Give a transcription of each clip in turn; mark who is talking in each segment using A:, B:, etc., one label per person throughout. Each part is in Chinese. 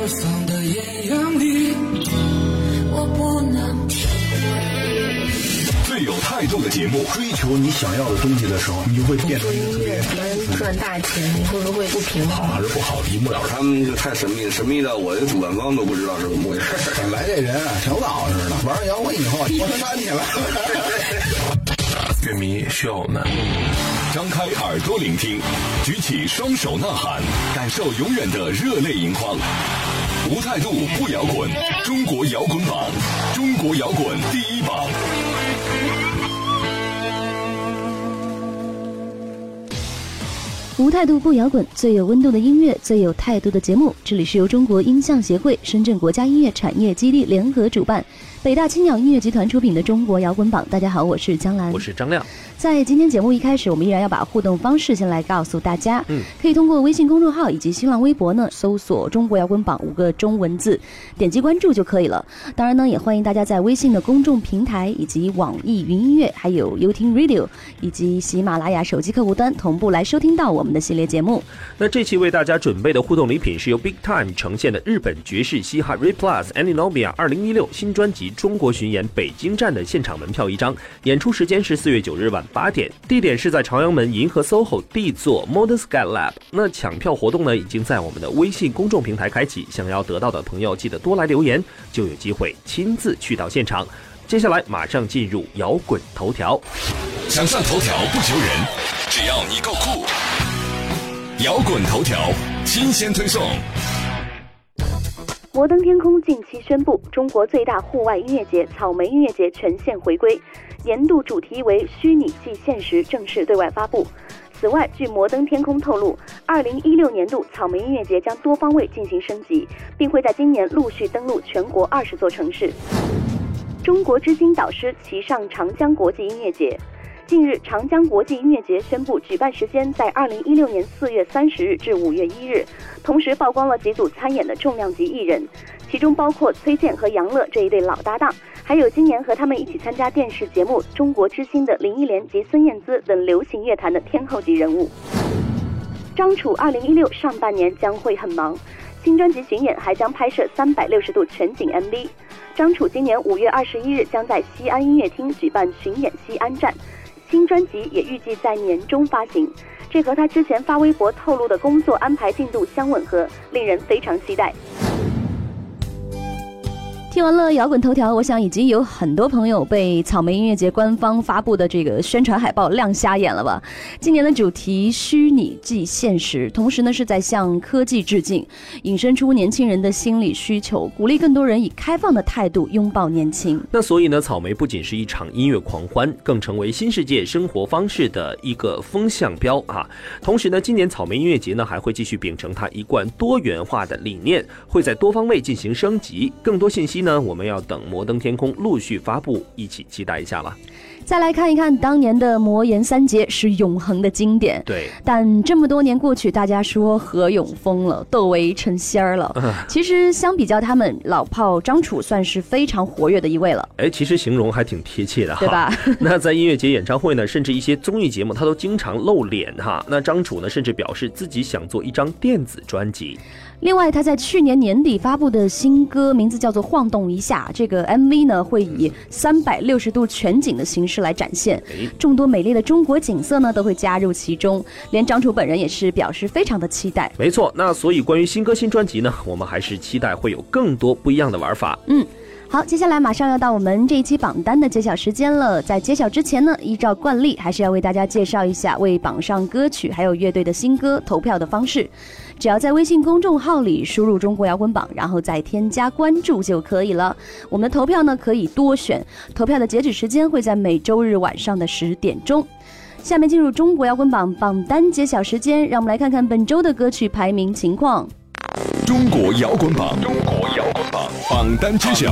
A: 放的艳阳里，我不能体会。
B: 最有态度的节目，
C: 追求你想要的东西的时候，你就会变成一个特别
D: 能赚大钱，你会不会不平衡？
C: 好还是不好，一目了然。
E: 他们就太神秘，神秘到我的主办方都不知道是怎么回事。
C: 本来这人啊，挺老实的，玩摇滚以后，我翻起来了。
B: 乐迷需要我们张开耳朵聆听，举起双手呐喊，感受永远的热泪盈眶。无态度不摇滚，中国摇滚榜，中国摇滚第一榜。
F: 无态度不摇滚，最有温度的音乐，最有态度的节目。这里是由中国音像协会、深圳国家音乐产业基地联合主办，北大青鸟音乐集团出品的中国摇滚榜。大家好，我是江兰，
G: 我是张亮。
F: 在今天节目一开始，我们依然要把互动方式先来告诉大家。可以通过微信公众号以及新浪微博呢，搜索中国摇滚榜5个中文字，点击关注就可以了。当然呢，也欢迎大家在微信的公众平台以及网易云音乐，还有优听 Radio 以及喜马拉雅手机客户端同步来收听到我们的系列节目。
G: 那这期为大家准备的互动礼品是由 Big Time 呈现的日本爵士嘻哈 Replus Aninomia 2016新专辑中国巡演北京站的现场门票1张，演出时间是4月9日晚8点，地点是在朝阳门银河 SOHO D 座 Modern Sky Lab。那抢票活动呢，已经在我们的微信公众平台开启，想要得到的朋友记得多来留言，就有机会亲自去到现场。接下来马上进入摇滚头条。
B: 想上头条不求人，只要你够酷。摇滚头条新鲜推送。
F: 摩登天空近期宣布，中国最大户外音乐节草莓音乐节全线回归，年度主题为虚拟即现实，正式对外发布。此外，据摩登天空透露，2016年度草莓音乐节将多方位进行升级，并会在今年陆续登陆全国20座城市。中国之星导师齐上长江国际音乐节。近日，长江国际音乐节宣布举办时间在2016年4月30日至5月1日，同时曝光了几组参演的重量级艺人，其中包括崔健和杨乐这一对老搭档，还有今年和他们一起参加电视节目《中国之星》的林忆莲及孙燕姿等流行乐坛的天后级人物。张楚2016上半年将会很忙，新专辑巡演还将拍摄360度全景 MV。张楚今年5月21日将在西安音乐厅举办巡演西安站，新专辑也预计在年中发行，这和他之前发微博透露的工作安排进度相吻合，令人非常期待。听完了摇滚头条，我想已经有很多朋友被草莓音乐节官方发布的这个宣传海报亮瞎眼了吧？今年的主题虚拟即现实，同时呢是在向科技致敬，引申出年轻人的心理需求，鼓励更多人以开放的态度拥抱年轻。
G: 那所以呢，草莓不仅是一场音乐狂欢，更成为新世界生活方式的一个风向标啊。同时呢，今年草莓音乐节呢还会继续秉承它一贯多元化的理念，会在多方位进行升级。更多信息呢，我们要等摩登天空陆续发布，一起期待一下了。
F: 再来看一看当年的魔岩三杰是永恒的经典，
G: 对，
F: 但这么多年过去，大家说何勇疯了，窦唯成仙儿了。其实相比较他们，老炮张楚算是非常活跃的一位了。
G: 其实形容还挺贴切的哈，
F: 对吧？
G: 那在音乐节、演唱会呢，甚至一些综艺节目，他都经常露脸哈。那张楚呢，甚至表示自己想做一张电子专辑。
F: 另外，他在去年年底发布的新歌名字叫做《晃动一下》，这个 MV 呢会以360度全景的形式来展现，众多美丽的中国景色呢都会加入其中，连张楚本人也是表示非常的期待。
G: 没错，那所以关于新歌新专辑呢，我们还是期待会有更多不一样的玩法。
F: 好，接下来马上要到我们这一期榜单的揭晓时间了。在揭晓之前呢，依照惯例还是要为大家介绍一下为榜上歌曲还有乐队的新歌投票的方式。只要在微信公众号里输入中国摇滚榜，然后再添加关注就可以了。我们的投票呢可以多选，投票的截止时间会在每周日晚上的10点钟。下面进入中国摇滚榜榜单揭晓时间，让我们来看看本周的歌曲排名情况。
B: 中国摇滚榜，中国摇滚榜榜单揭晓。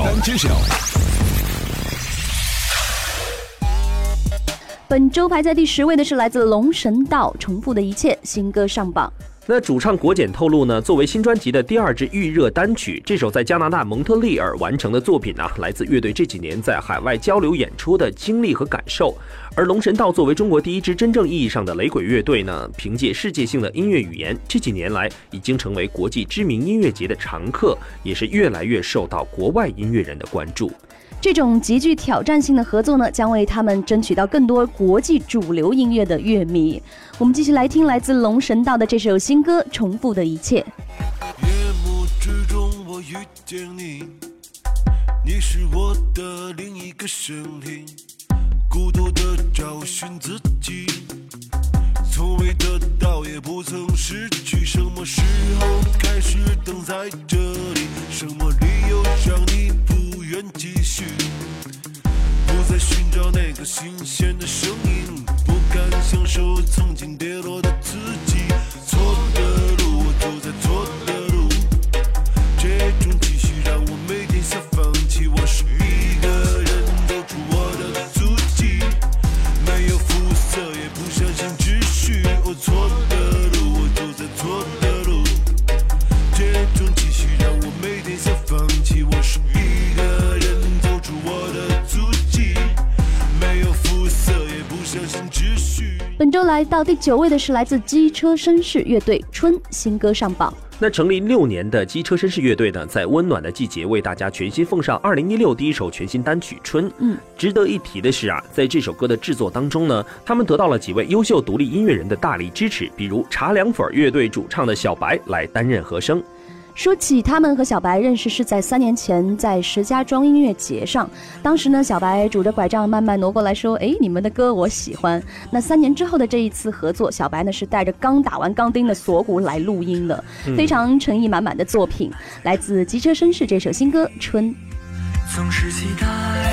F: 本周排在第10位的是来自龙神道《重复的一切》新歌上榜。
G: 那主唱国简透露呢，作为新专辑的第2支预热单曲，这首在加拿大蒙特利尔完成的作品呢，来自乐队这几年在海外交流演出的经历和感受。而龙神道作为中国第1支真正意义上的雷鬼乐队呢，凭借世界性的音乐语言，这几年来已经成为国际知名音乐节的常客，也是越来越受到国外音乐人的关注。
H: 这种极具挑战性的合作呢，将为他们争取到更多国际主流音乐的乐迷。我们继续来听来自龙神道的这首新歌《重复的一切》。
I: 夜幕之中我遇见你，你是我的另一个身体，孤独的找寻自己，从未得到也不曾失去，什么时候开始等在这里，什么理由让你不愿继续，不再寻找那个新鲜的声音，不敢享受曾经跌落的自己，错的路我走在错的路，这种继续让我每天想放弃，我是一个人走出我的足迹，没有肤色也不相信秩序，我错的路我走在错的路，这种继续让我每天想放弃，我是一个人走出我的足迹，没有肤色也不相信秩序。
H: 本周来到第9位的是来自机车绅士乐队春，新歌上榜。
G: 那成立6年的机车绅士乐队呢，在温暖的季节为大家全新奉上2016第1首全新单曲《春》。值得一提的是啊，在这首歌的制作当中呢，他们得到了几位优秀独立音乐人的大力支持，比如茶凉粉乐队主唱的小白来担任和声。
H: 说起他们和小白认识是在3年前在石家庄音乐节上，当时呢小白拄着拐杖慢慢挪过来说，你们的歌我喜欢。那3年之后的这一次合作，小白呢是带着刚打完钢钉的锁骨来录音的，非常诚意满满的作品，来自机车绅士这首新歌《春》。
A: 总是期待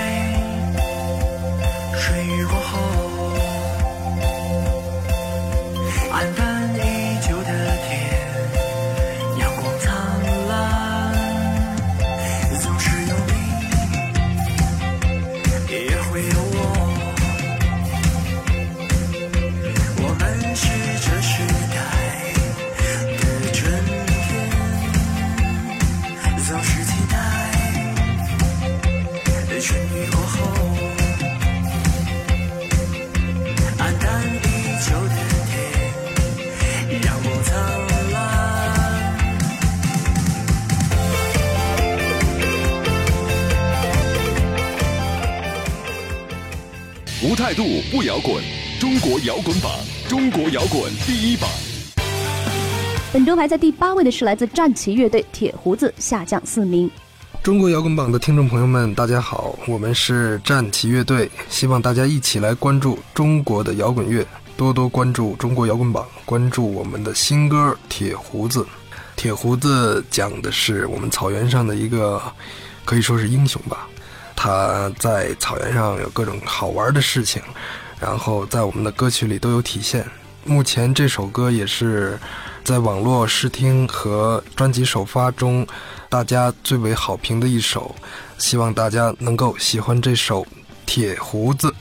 A: 春雨过后，黯淡已久的天，阳光灿烂，总是有你，也会有我们是这时代的春天，总是期待春雨过后，黯淡已久的天，阳光灿烂。
B: 无态度不摇滚，中国摇滚榜，中国摇滚第1榜。
H: 本周排在第8位的是来自战旗乐队铁胡子，下降4名。
J: 中国摇滚榜的听众朋友们大家好，我们是战旗乐队，希望大家一起来关注中国的摇滚乐，多多关注中国摇滚榜，关注我们的新歌铁胡子。铁胡子讲的是我们草原上的一个可以说是英雄吧，他在草原上有各种好玩的事情，然后在我们的歌曲里都有体现。目前这首歌也是在网络试听和专辑首发中大家最为好评的一首，希望大家能够喜欢这首铁胡子。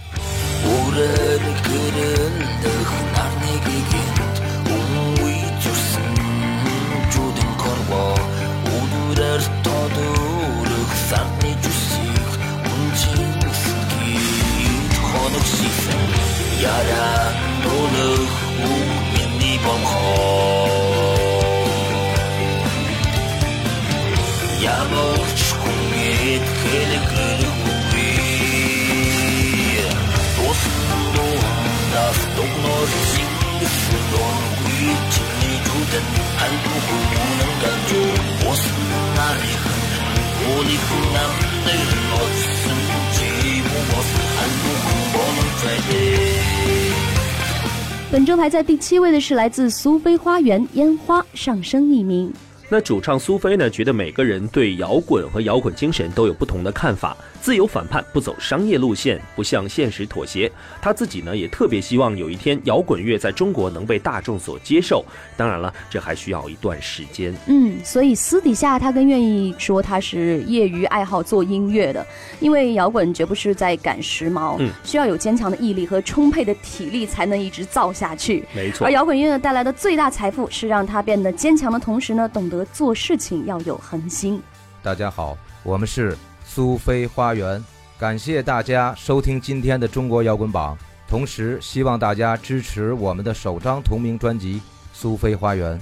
H: 本周排在第7位的是来自苏菲花园烟花，上升1名。
G: 那主唱苏菲呢，觉得每个人对摇滚和摇滚精神都有不同的看法，自由反叛，不走商业路线，不向现实妥协。他自己呢，也特别希望有一天摇滚乐在中国能被大众所接受。当然了，这还需要一段时间。
H: 所以私底下他更愿意说他是业余爱好做音乐的，因为摇滚绝不是在赶时髦，需要有坚强的毅力和充沛的体力才能一直造下去。
G: 没错。
H: 而摇滚乐带来的最大财富是让他变得坚强的同时呢，懂得做事情要有恒心。
K: 大家好，我们是苏菲花园，感谢大家收听今天的中国摇滚榜，同时希望大家支持我们的首张同名专辑《苏菲花园》。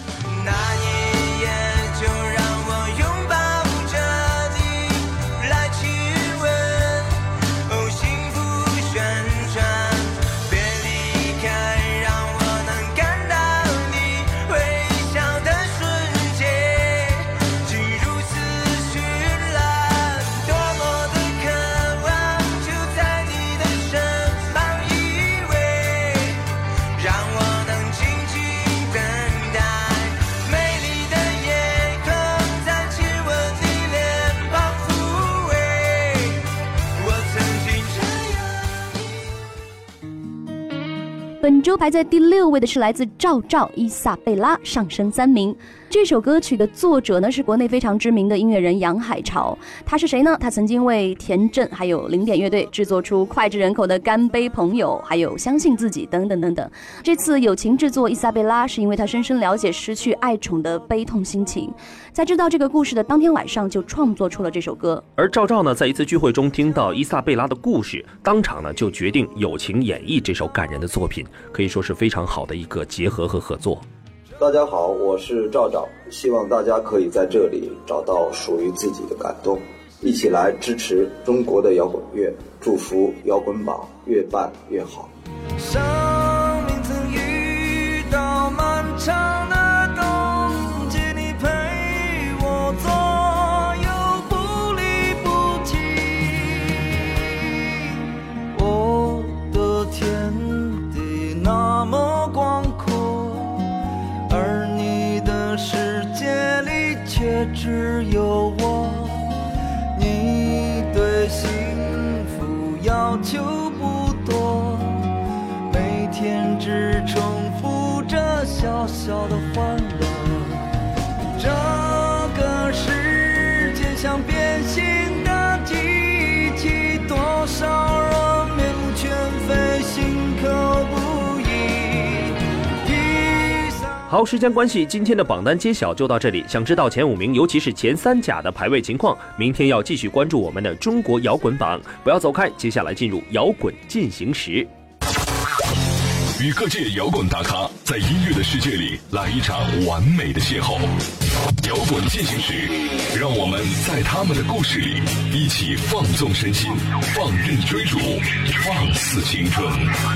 H: 本周排在第6位的是来自赵照伊萨贝拉，上升3名。这首歌曲的作者呢是国内非常知名的音乐人杨海潮。他是谁呢？他曾经为田震还有零点乐队制作出脍炙人口的《干杯朋友》还有《相信自己》等等等等。这次友情制作伊萨贝拉，是因为他深深了解失去爱宠的悲痛心情，在知道这个故事的当天晚上就创作出了这首歌。
G: 而赵照呢，在一次聚会中听到伊萨贝拉的故事，当场呢就决定友情演绎这首感人的作品，可以说是非常好的一个结合和合作。
E: 大家好，我是赵照，希望大家可以在这里找到属于自己的感动，一起来支持中国的摇滚乐，祝福摇滚榜越办越好。
I: 生命曾遇到漫长的冬季，你陪我左右不离不弃，我的天地那么广阔，而你的世界里却只有我。你对幸福要求不多，每天只重复着小小的欢乐。这个世界像变形的机器，多少人面目全非，心口不一。
G: 好，时间关系，今天的榜单揭晓就到这里。想知道前5名，尤其是前3甲的排位情况，明天要继续关注我们的中国摇滚榜，不要走开。接下来进入摇滚进行时，
B: 与各界摇滚大咖在音乐的世界里来一场完美的邂逅。摇滚进行时，让我们在他们的故事里一起放纵身心，放任追逐，放肆青春。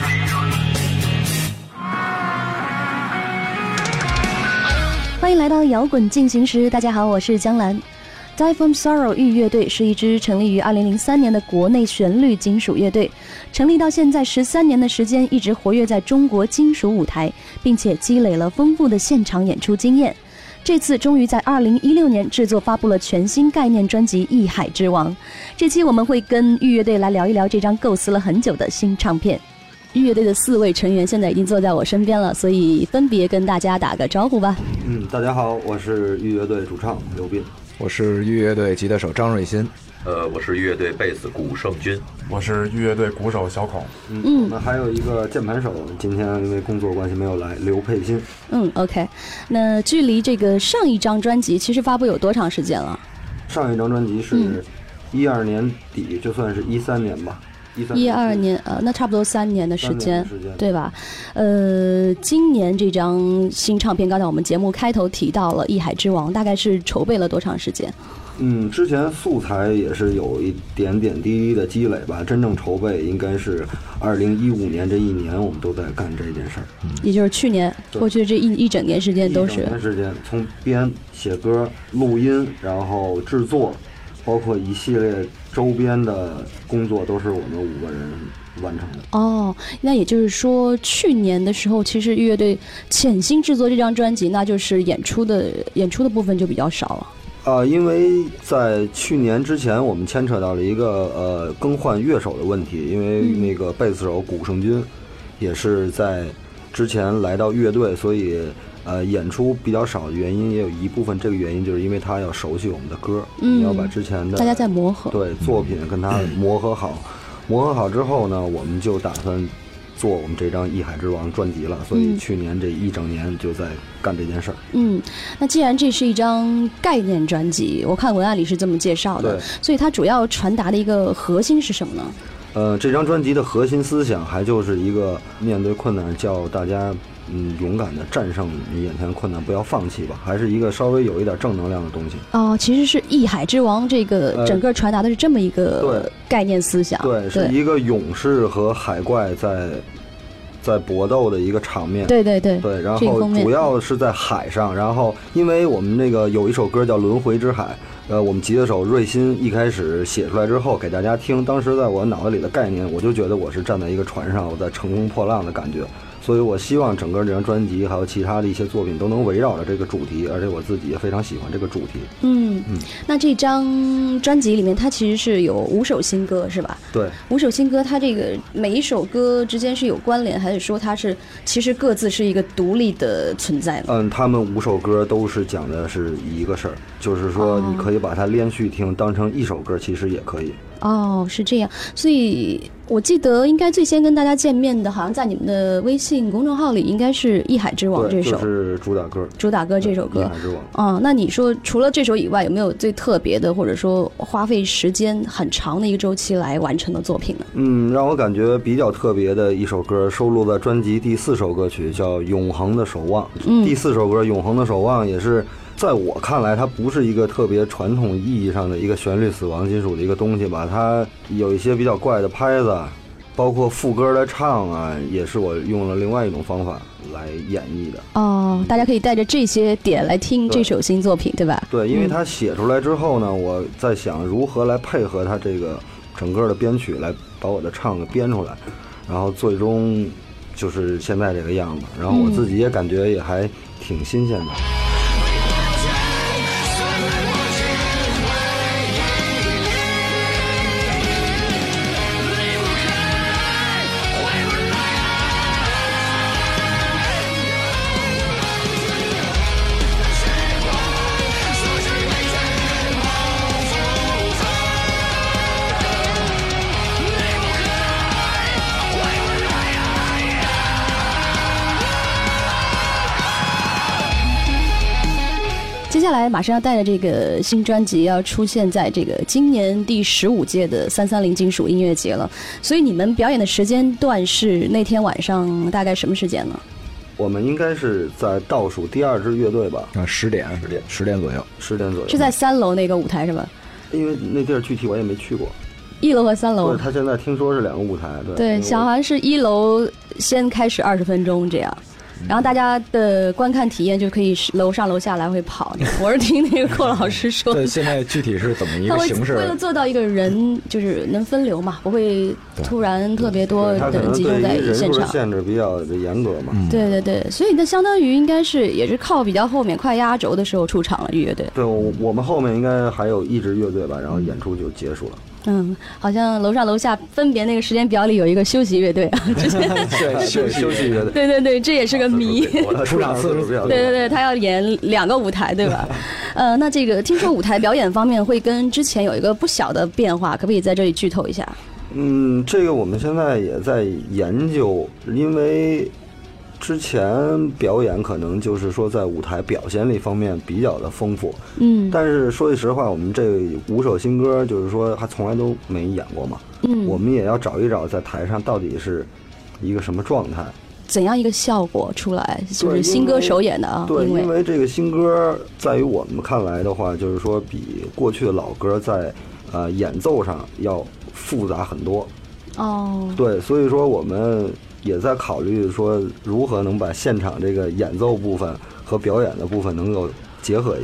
H: 欢迎来到摇滚进行时，大家好，我是江兰。Die From Sorrow 玉乐队是一支成立于2003年的国内旋律金属乐队，成立到现在13年的时间，一直活跃在中国金属舞台，并且积累了丰富的现场演出经验。这次终于在2016年制作发布了全新概念专辑《艺海之王》。这期我们会跟玉乐队来聊一聊这张构思了很久的新唱片。玉乐队的4位成员现在已经坐在我身边了，所以分别跟大家打个招呼吧。
E: 大家好，我是玉乐队主唱刘斌，
K: 我是玉乐队吉他手张瑞新，
L: 我是乐队贝斯古胜军，
M: 我是乐队鼓手小孔。
E: 那还有一个键盘手，今天因为工作关系没有来，刘佩欣。
H: OK。那距离这个上一张专辑其实发布有多长时间了？
E: 上一张专辑是12年底，就算是13年吧。
H: 12年，那差不多3年的时间，对吧？今年这张新唱片，刚才我们节目开头提到了《艺海之王》，大概是筹备了多长时间？
E: 之前素材也是有一点点滴滴的积累吧，真正筹备应该是2015年这一年，我们都在干这件事儿。
H: 也就是去年过去这一整年时间都是。
E: 一整年时间，从编、写歌、录音，然后制作。包括一系列周边的工作都是我们5个人完成的。
H: 哦，那也就是说，去年的时候，其实乐队潜心制作这张专辑，那就是演出的部分就比较少了。
E: 因为在去年之前，我们牵扯到了一个更换乐手的问题，因为那个贝斯手古胜军也是在之前来到乐队，所以演出比较少的原因，也有一部分这个原因就是因为他要熟悉我们的歌，你要把之前的
H: 大家在磨合，
E: 对作品跟他磨合好，磨合好之后呢，我们就打算做我们这张《艺海之王》专辑了，所以去年这一整年就在干这件事儿。
H: 那既然这是一张概念专辑，我看文案里是这么介绍的，所以它主要传达的一个核心是什么呢？
E: 这张专辑的核心思想还就是一个面对困难叫大家勇敢的战胜你眼前困难，不要放弃吧，还是一个稍微有一点正能量的东西。
H: 其实是《艺海之王》这个整个传达的是这么一个概念思想。
E: 对，是一个勇士和海怪在搏斗的一个场面。
H: 对，
E: 然后主要是在海上，然后因为我们那个有一首歌叫《轮回之海》。我们吉他手瑞鑫一开始写出来之后给大家听，当时在我脑子里的概念，我就觉得我是站在一个船上，我在乘风破浪的感觉，所以我希望整个这张专辑还有其他的一些作品都能围绕着这个主题，而且我自己也非常喜欢这个主题。
H: 那这张专辑里面它其实是有5首新歌是吧？
E: 对
H: ，5首新歌，它这个每一首歌之间是有关联，还是说它是其实各自是一个独立的存在呢？
E: 他们5首歌都是讲的是一个事儿，就是说你可以把它连续听，当成一首歌其实也可以。
H: 是这样，所以我记得应该最先跟大家见面的，好像在你们的微信公众号里，应该是《艺海之王》这首，
E: 就是主打歌这首歌。艺海之
H: 王。那你说除了这首以外，有没有最特别的，或者说花费时间很长的一个周期来完成的作品呢？
E: 让我感觉比较特别的一首歌，收录在专辑第4首歌曲，叫《永恒的守望》。第4首歌《永恒的守望》也是。在我看来，它不是一个特别传统意义上的一个旋律死亡金属的一个东西吧，它有一些比较怪的拍子，包括副歌的唱啊，也是我用了另外一种方法来演绎的。
H: 大家可以带着这些点来听这首新作品，对吧？
E: 对，因为它写出来之后呢，我在想如何来配合它这个整个的编曲，来把我的唱给编出来，然后最终就是现在这个样子，然后我自己也感觉也还挺新鲜的。
H: 接下来马上要带着这个新专辑要出现在这个今年第15届的330金属音乐节了，所以你们表演的时间段是那天晚上大概什么时间呢？
E: 我们应该是在倒数第2支乐队吧
C: ，10点左右，
H: 是在3楼那个舞台是吧？
E: 因为那地儿具体我也没去过。
H: 1楼和3楼。
E: 对，他现在听说是2个舞台。
H: 对，好像是1楼先开始20分钟这样。然后大家的观看体验就可以楼上楼下来回跑。我是听那个寇老师说，
C: 对，现在具体是怎么一个形式？
H: 为了做到一个人就是能分流嘛，不会突然特别多的人集中在现场。
E: 限制比较严格嘛。
H: 对，所以那相当于应该是也是靠比较后面快压轴的时候出场了乐队。
E: 对，我们后面应该还有一支乐队吧，然后演出就结束了。
H: 好像楼上楼下分别那个时间表里有一个休息乐队啊，之前
E: 休息乐队，
H: 对，这也是个谜。
C: 出场次数比较多。
H: 对，他要演2个舞台，对吧？那这个听说舞台表演方面会跟之前有一个不小的变化，可不可以在这里剧透一下？
E: 这个我们现在也在研究，因为之前表演可能就是说在舞台表现力方面比较的丰富，但是说句实话，我们这5首新歌就是说还从来都没演过嘛，我们也要找一找在台上到底是一个什么状态，
H: 怎样一个效果出来，就是新歌首演的啊。
E: 对，因为这个新歌在于我们看来的话，就是说比过去的老歌在演奏上要复杂很多。对，所以说我们也在考虑说如何能把现场这个演奏部分和表演的部分能够结合一下。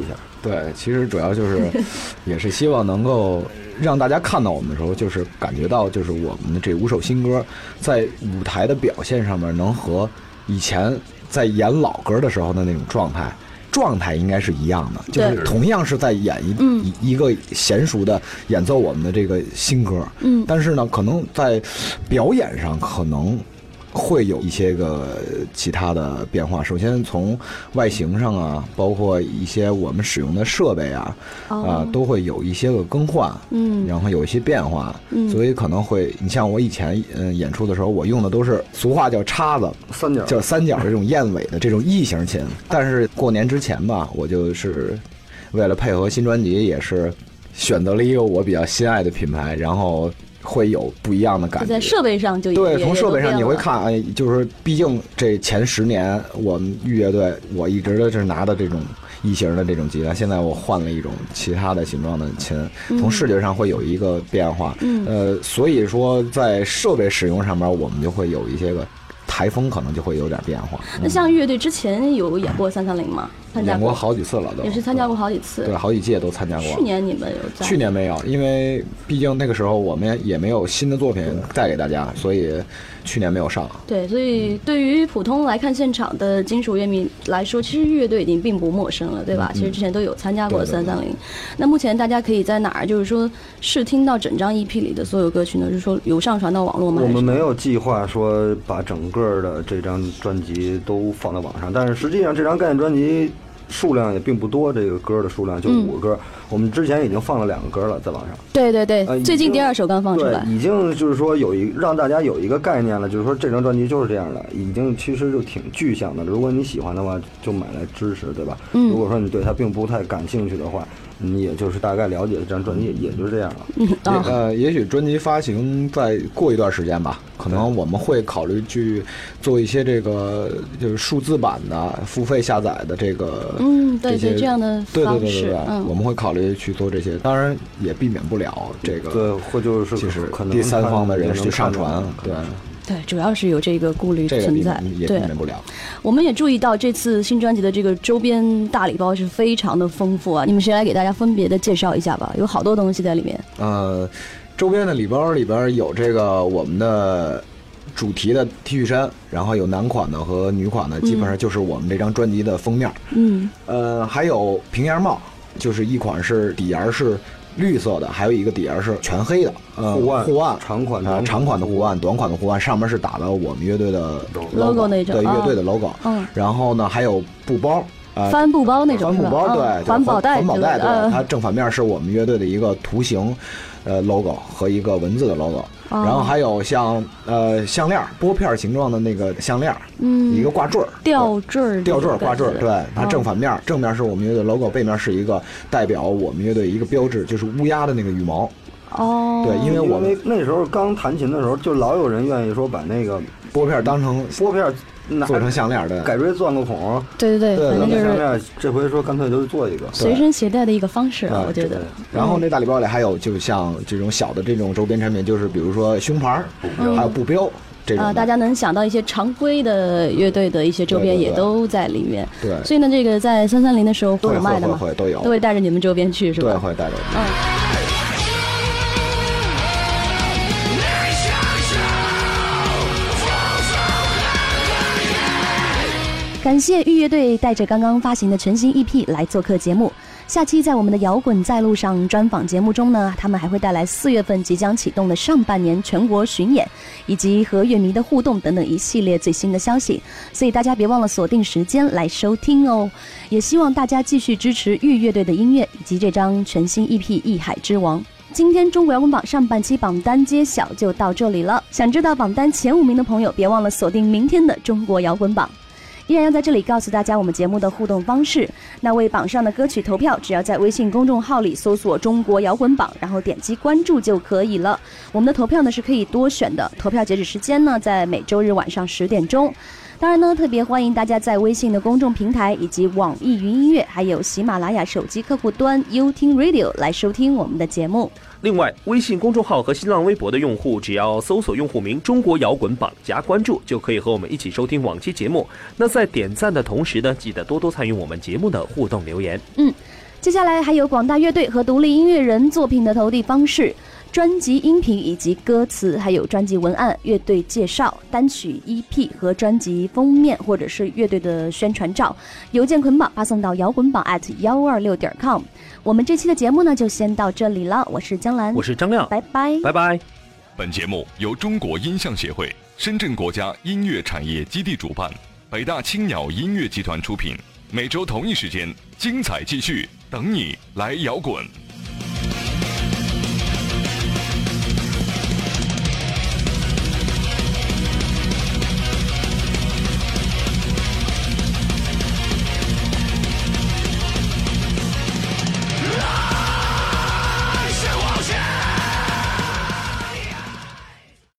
C: 对，其实主要就是也是希望能够让大家看到我们的时候，就是感觉到就是我们的这5首新歌在舞台的表现上面能和以前在演老歌的时候的那种状态应该是一样的，就是同样是在演一个娴熟的演奏我们的这个新歌，但是呢，可能在表演上可能会有一些个其他的变化。首先从外形上啊，包括一些我们使用的设备啊，都会有一些个更换，然后有一些变化，所以可能会，你像我以前演出的时候，我用的都是俗话叫叉子，叫三角这种燕尾的这种异形琴，但是过年之前吧，我就是为了配合新专辑，也是选择了一个我比较心爱的品牌，然后会有不一样的感觉，
H: 在设备上就
C: 对，从设备上你会看，哎，就是毕竟这前10年我们玉乐队，我一直都是拿的这种异形的这种吉他，现在我换了一种其他的形状的琴，从视觉上会有一个变化，所以说在设备使用上面，我们就会有一些个台风可能就会有点变化。
H: 那像乐队之前有演过330吗？
C: 演过好几次了都，
H: 也是参加过好几次，
C: 对，好几届都参加过。
H: 去年你们有在？
C: 去年没有，因为毕竟那个时候我们也没有新的作品带给大家，所以去年没有上。
H: 对，所以对于普通来看现场的金属乐迷来说，其实乐队已经并不陌生了，对吧？其实之前都有参加过330。那目前大家可以在哪儿，就是说试听到整张 EP 里的所有歌曲呢？就是说有上传到网络吗？
E: 我们没有计划说把整个的这张专辑都放到网上，但是实际上这张概念专辑数量也并不多，这个歌的数量就5个歌，我们之前已经放了2个歌了，在网上。
H: 对对对，最近第2首刚放出来，
E: 已经就是说让大家有一个概念了，就是说这张专辑就是这样的，已经其实就挺具象的。如果你喜欢的话，就买来支持，对吧？如果说你对它并不太感兴趣的话，你也就是大概了解这张专辑，也就是这样
C: 了。也许专辑发行再过一段时间吧，可能我们会考虑去做一些这个就是数字版的付费下载的这个，
H: 对对，这样的方式，
C: 对，我们会考虑去做这些，当然也避免不了这个，
E: 对，或就是
C: 可能第三方的人去上传，对。
H: 对，主要是有这个顾虑存在，
C: 也避免不了。
H: 我们也注意到这次新专辑的这个周边大礼包是非常的丰富啊！你们谁来给大家分别的介绍一下吧？有好多东西在里面。
C: 周边的礼包里边有这个我们的主题的 T 恤衫，然后有男款的和女款的，基本上就是我们这张专辑的封面。还有平檐帽，就是一款是底檐是绿色的，还有一个底檐是全黑的。护腕
E: 长款
C: 的护腕，短款的护腕，上面是打了我们乐队的
H: logo 那种，
C: 对，乐队的 logo。然后呢，还有布包，
H: 帆布包那种，
C: 帆布包，对，
H: 环保袋，
C: 对，它正反面是我们乐队的一个图形，logo 和一个文字的 logo。然后还有像项链，拨片形状的那个项链，一个挂坠，吊坠挂坠，对，它正反面，正面是我们乐队 logo， 背面是一个代表我们乐队一个标志，就是乌鸦的那个羽毛。对，因为我们
E: 那时候刚弹琴的时候，就老有人愿意说把那个
C: 拨片当成
E: 拨片
C: 做成项链，对，
E: 改锥钻个孔，
H: 对，反正就是
E: 项链。这回说干脆就做一个
H: 随身携带的一个方式啊，我觉得。
C: 然后那大礼包里还有，就像这种小的这种周边产品，就是比如说胸牌，还有布标。
H: 大家能想到一些常规的乐队的一些周边也都在里面。
C: 对，
H: 所以呢，这个在330的时候会有卖的吗？
C: 会都有，
H: 都会带着你们周边去，是吧？
C: 对，会带着。
H: 感谢玉乐队带着刚刚发行的全新 EP 来做客节目。下期在我们的摇滚在路上专访节目中呢，他们还会带来4月份即将启动的上半年全国巡演，以及和乐迷的互动等等一系列最新的消息，所以大家别忘了锁定时间来收听哦。也希望大家继续支持玉乐队的音乐以及这张全新 EP《艺海之王》。今天中国摇滚榜上半期榜单揭晓就到这里了，想知道榜单前5名的朋友，别忘了锁定明天的中国摇滚榜。依然要在这里告诉大家我们节目的互动方式，那为榜上的歌曲投票，只要在微信公众号里搜索中国摇滚榜，然后点击关注就可以了。我们的投票呢是可以多选的，投票截止时间呢在每周日晚上10点钟。当然呢，特别欢迎大家在微信的公众平台以及网易云音乐还有喜马拉雅手机客户端优听 Radio 来收听我们的节目。
G: 另外，微信公众号和新浪微博的用户，只要搜索用户名中国摇滚榜加关注，就可以和我们一起收听往期节目。那在点赞的同时呢，记得多多参与我们节目的互动留言。
H: 接下来还有广大乐队和独立音乐人作品的投递方式、专辑音频以及歌词，还有专辑文案、乐队介绍、单曲 EP 和专辑封面或者是乐队的宣传照，邮件捆绑发送到摇滚榜@126.com。我们这期的节目呢就先到这里了，我是江兰，
G: 我是张亮，
H: 拜拜，
G: 拜拜。
B: 本节目由中国音像协会、深圳国家音乐产业基地主办，北大青鸟音乐集团出品。每周同一时间，精彩继续，等你来摇滚。